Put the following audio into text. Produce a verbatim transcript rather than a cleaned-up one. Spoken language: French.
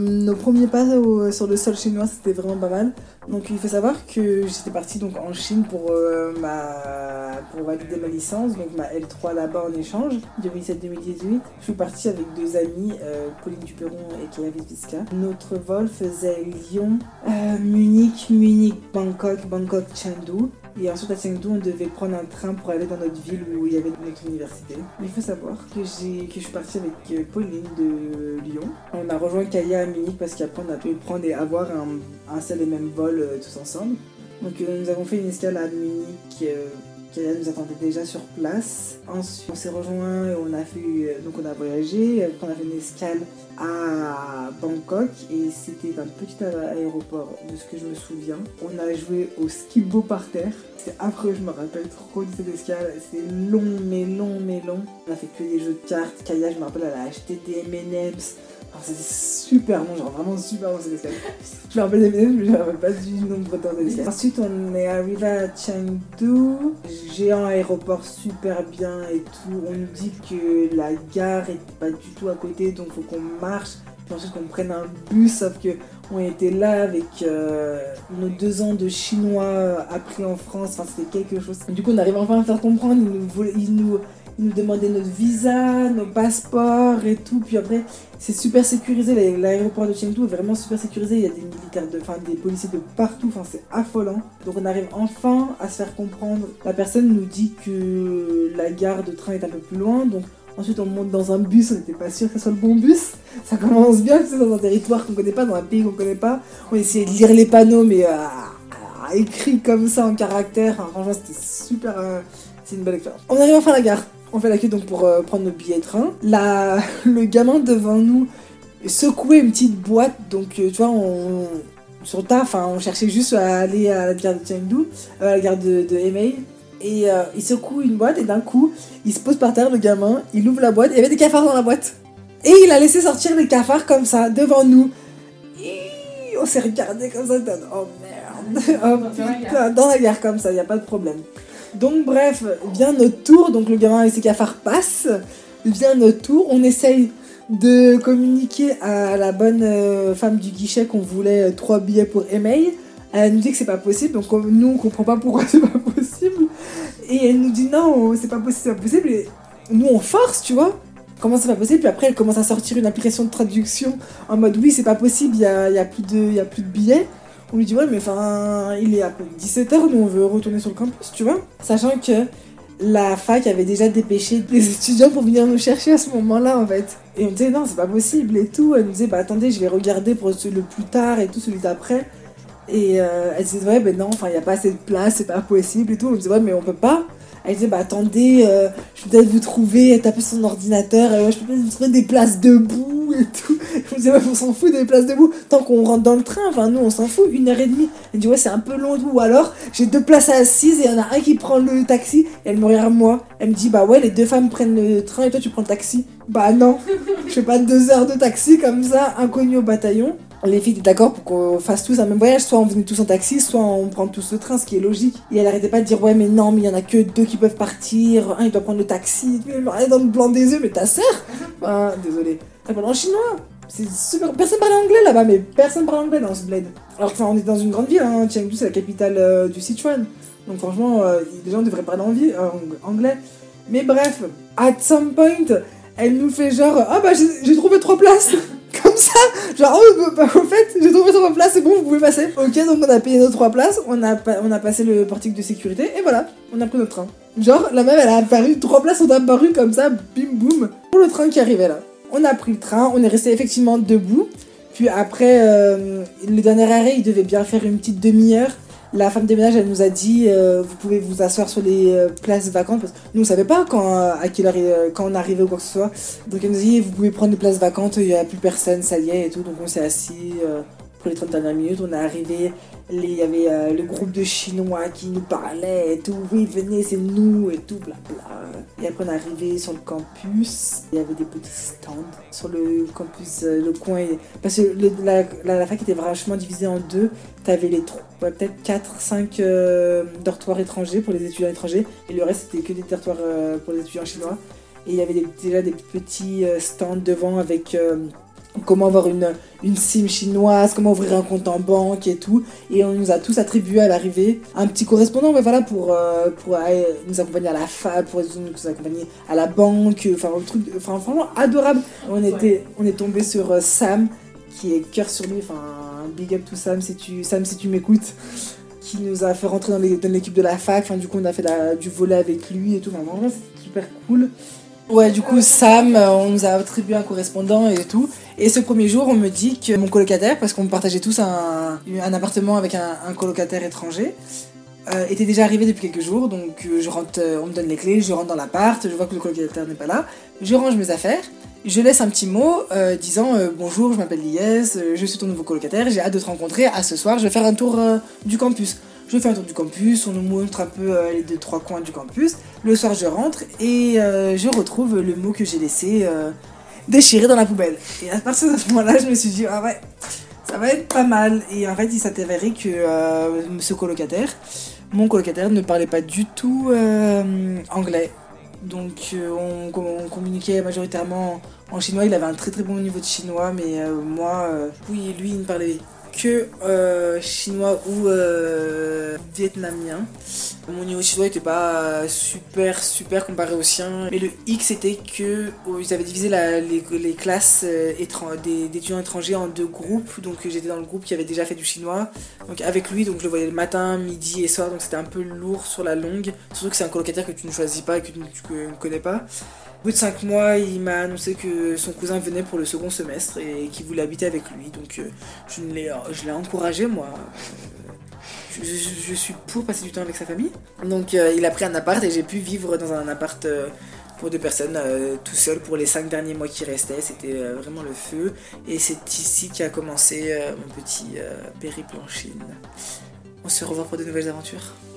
Nos premiers pas au, sur le sol chinois, c'était vraiment pas mal. Donc il faut savoir que j'étais partie donc en Chine pour, euh, ma, pour valider ma licence, donc ma L trois là-bas en échange, deux mille dix-sept deux mille dix-huit. Je suis partie avec deux amis, euh, Pauline Duperon et Kaya Viska. Notre vol faisait Lyon, euh, Munich, Munich, Bangkok, Bangkok, Chengdu. Et ensuite à Chengdu, on devait prendre un train pour aller dans notre ville où il y avait notre université. Mais il faut savoir que, j'ai, que je suis partie avec Pauline de Lyon. On a rejoint Kaya à Munich parce qu'après on a pu prendre et avoir un, un seul et même vol euh, tous ensemble. Donc euh, nous avons fait une escale à Munich. Euh, Kaya nous attendait déjà sur place. Ensuite, on s'est rejoints et on a fait, donc on a voyagé. Après, on a fait une escale à Bangkok et c'était un petit aéroport de ce que je me souviens. On a joué au skibo par terre. C'était affreux, je me rappelle trop de cette escale. C'était long, mais long, mais long. On a fait que des jeux de cartes. Kaya, je me rappelle, elle a acheté des M and M's. Alors, c'était super long, genre vraiment super long cette escale. Je me rappelle des M and M's, mais je me rappelle pas du nombre de temps de l'escale. Ensuite, on est arrivé à Chengdu. Géant aéroport super bien et tout. On nous dit que la gare est pas du tout à côté, donc faut qu'on marche. Puis ensuite qu'on prenne un bus, sauf que on était là avec euh, nos deux ans de chinois appris en France. Enfin, c'était quelque chose. Et du coup, on arrive enfin à faire comprendre. Ils nous, voulaient, ils nous, ils nous demandaient notre visa, nos passeports et tout. Puis après, c'est super sécurisé. L'aéroport de Chengdu est vraiment super sécurisé. Il y a des militaires, de, enfin des policiers de partout. Enfin, c'est affolant. Donc on arrive enfin à se faire comprendre. La personne nous dit que la gare de train est un peu plus loin. Donc ensuite on monte dans un bus. On n'était pas sûr que ce soit le bon bus. Ça commence bien, tu sais, dans un territoire qu'on connaît pas, dans un pays qu'on connaît pas. On essayait de lire les panneaux, mais euh, écrit comme ça en caractère. Enfin, franchement, c'était super. Euh, c'est une belle expérience. On arrive enfin à la gare. On fait la queue donc pour euh, prendre nos billets de train. La, le gamin devant nous secouait une petite boîte, donc euh, tu vois, on, sur le tas, on cherchait juste à aller à la gare de Chengdu, euh, à la gare de, de Hemei. Et euh, il secoue une boîte et d'un coup, il se pose par terre, le gamin, il ouvre la boîte, et il y avait des cafards dans la boîte. Et il a laissé sortir les cafards comme ça, devant nous. Et on s'est regardé comme ça, oh merde, oh putain, dans la gare comme ça, il n'y a pas de problème. Donc bref, vient notre tour, donc le gamin avec ses cafards passe, vient notre tour, on essaye de communiquer à la bonne euh, femme du guichet qu'on voulait euh, trois billets pour Hemei. Elle nous dit que c'est pas possible, donc on, nous on comprend pas pourquoi c'est pas possible. Et elle nous dit non, c'est pas possible, c'est pas possible, et nous on force, tu vois. Comment c'est pas possible? Puis après elle commence à sortir une application de traduction en mode oui c'est pas possible, il y a, y a plus de, y a plus de billets. On lui dit ouais mais enfin il est à dix-sept heures, nous on veut retourner sur le campus, tu vois. Sachant que la fac avait déjà dépêché des étudiants pour venir nous chercher à ce moment-là en fait. Et on disait non c'est pas possible et tout. Elle nous disait bah attendez je vais regarder pour le plus tard et tout, celui d'après. Et euh, elle disait ouais ben non enfin il n'y a pas assez de place, c'est pas possible et tout. On disait ouais mais on peut pas. Elle disait bah attendez, euh, je peux peut-être vous trouver, taper sur son ordinateur, et ouais, je peux peut-être vous trouver des places debout et tout. Je me disais ouais on s'en fout des places debout, tant qu'on rentre dans le train, enfin nous on s'en fout, une heure et demie. Elle dit ouais c'est un peu long et tout, ou alors j'ai deux places assises et il y en a un qui prend le taxi, et elle me regarde moi, elle me dit bah ouais les deux femmes prennent le train et toi tu prends le taxi. Bah non, je fais pas deux heures de taxi comme ça, inconnu au bataillon. Les filles étaient d'accord pour qu'on fasse tous un même voyage, soit on venait tous en taxi, soit on prend tous le train, ce qui est logique. Et elle arrêtait pas de dire ouais mais non mais il y en a que deux qui peuvent partir, un il doit prendre le taxi, elle me regardait dans le blanc des yeux, mais ta sœur ah, désolé. Elle parle en chinois, c'est super, personne parle anglais là-bas, mais personne parle anglais dans ce bled. Alors que on est dans une grande ville, hein. Chengdu c'est la capitale euh, du Sichuan, donc franchement euh, les gens devraient parler en vie, euh, anglais. Mais bref, at some point, elle nous fait genre ah bah j'ai, j'ai trouvé trois places. Comme ça, genre, oh, bah, en fait, j'ai trouvé trois places, c'est bon, vous pouvez passer. Ok, donc on a payé nos trois places, on a, on a passé le portique de sécurité, et voilà, on a pris notre train. Genre, la meuf, elle a apparu, trois places sont apparues comme ça, bim boum, pour le train qui arrivait là. On a pris le train, on est resté effectivement debout, puis après, euh, le dernier arrêt, il devait bien faire une petite demi-heure. La femme de ménage, elle nous a dit euh, vous pouvez vous asseoir sur les euh, places vacantes, parce que nous on savait pas quand, euh, à quelle heure, euh, quand on arrivait ou quoi que ce soit. Donc elle nous a dit vous pouvez prendre les places vacantes, il y a plus personne, ça y est et tout. Donc on s'est assis euh, pour les trente dernières minutes. On est arrivé, il y avait euh, le groupe de Chinois qui nous parlait et tout. Oui venez c'est nous et tout blabla. Et après on est arrivé sur le campus. Il y avait des petits stands sur le campus, euh, le coin. Parce que le, la, la, la fac était vachement divisée en deux. T'avais les trois, ouais, peut-être quatre cinq euh, dortoirs étrangers pour les étudiants étrangers, et le reste c'était que des dortoirs euh, pour les étudiants chinois. Et il y avait des, déjà des petits euh, stands devant avec euh, comment avoir une, une SIM chinoise, comment ouvrir un compte en banque et tout. Et on nous a tous attribué à l'arrivée un petit correspondant, mais voilà, pour, euh, pour euh, nous accompagner à la fac, pour nous accompagner à la banque, enfin, un truc, enfin, vraiment adorable. On, était, on est tombé sur euh, Sam, qui est cœur sur lui, enfin, big up to Sam si tu, Sam, si tu m'écoutes, qui nous a fait rentrer dans, les, dans l'équipe de la fac. Enfin, du coup, on a fait la, du volley avec lui et tout. Enfin, vraiment, c'était super cool. Ouais, du coup, Sam, on nous a attribué un correspondant et tout. Et ce premier jour, on me dit que mon colocataire, parce qu'on partageait tous un, un appartement avec un, un colocataire étranger, euh, était déjà arrivé depuis quelques jours. Donc, euh, je rentre, euh, on me donne les clés, je rentre dans l'appart, je vois que le colocataire n'est pas là. Je range mes affaires, je laisse un petit mot euh, disant euh, bonjour, je m'appelle Lies, euh, je suis ton nouveau colocataire, j'ai hâte de te rencontrer. À ce soir, je vais faire un tour euh, du campus. Je fais un tour du campus, on nous montre un peu euh, les deux trois coins du campus. Le soir, je rentre et euh, je retrouve le mot que j'ai laissé euh, déchiré dans la poubelle. Et à partir de ce moment-là, je me suis dit, ah ouais, ça va être pas mal. Et en fait, il s'est avéré que euh, ce colocataire, mon colocataire, ne parlait pas du tout euh, anglais. Donc euh, on, on communiquait majoritairement en chinois. Il avait un très très bon niveau de chinois, mais euh, moi, euh, oui, lui, il ne parlait que euh, chinois ou euh, vietnamien. Mon niveau de chinois n'était pas super super comparé au sien, mais le hic c'était que oh, ils avaient divisé la, les, les classes euh, étran- des, d'étudiants étrangers en deux groupes. Donc j'étais dans le groupe qui avait déjà fait du chinois, donc avec lui, donc je le voyais le matin, midi et soir, donc c'était un peu lourd sur la longue, surtout que c'est un colocataire que tu ne choisis pas et que tu ne connais pas. Au bout de cinq mois, il m'a annoncé que son cousin venait pour le second semestre et qu'il voulait habiter avec lui. Donc euh, je, l'ai, je l'ai encouragé, moi. Je, je, je suis pour passer du temps avec sa famille. Donc euh, il a pris un appart et j'ai pu vivre dans un appart euh, pour deux personnes, euh, tout seul pour les cinq derniers mois qui restaient. C'était euh, vraiment le feu. Et c'est ici qu'a commencé euh, mon petit euh, périple en Chine. On se revoit pour de nouvelles aventures.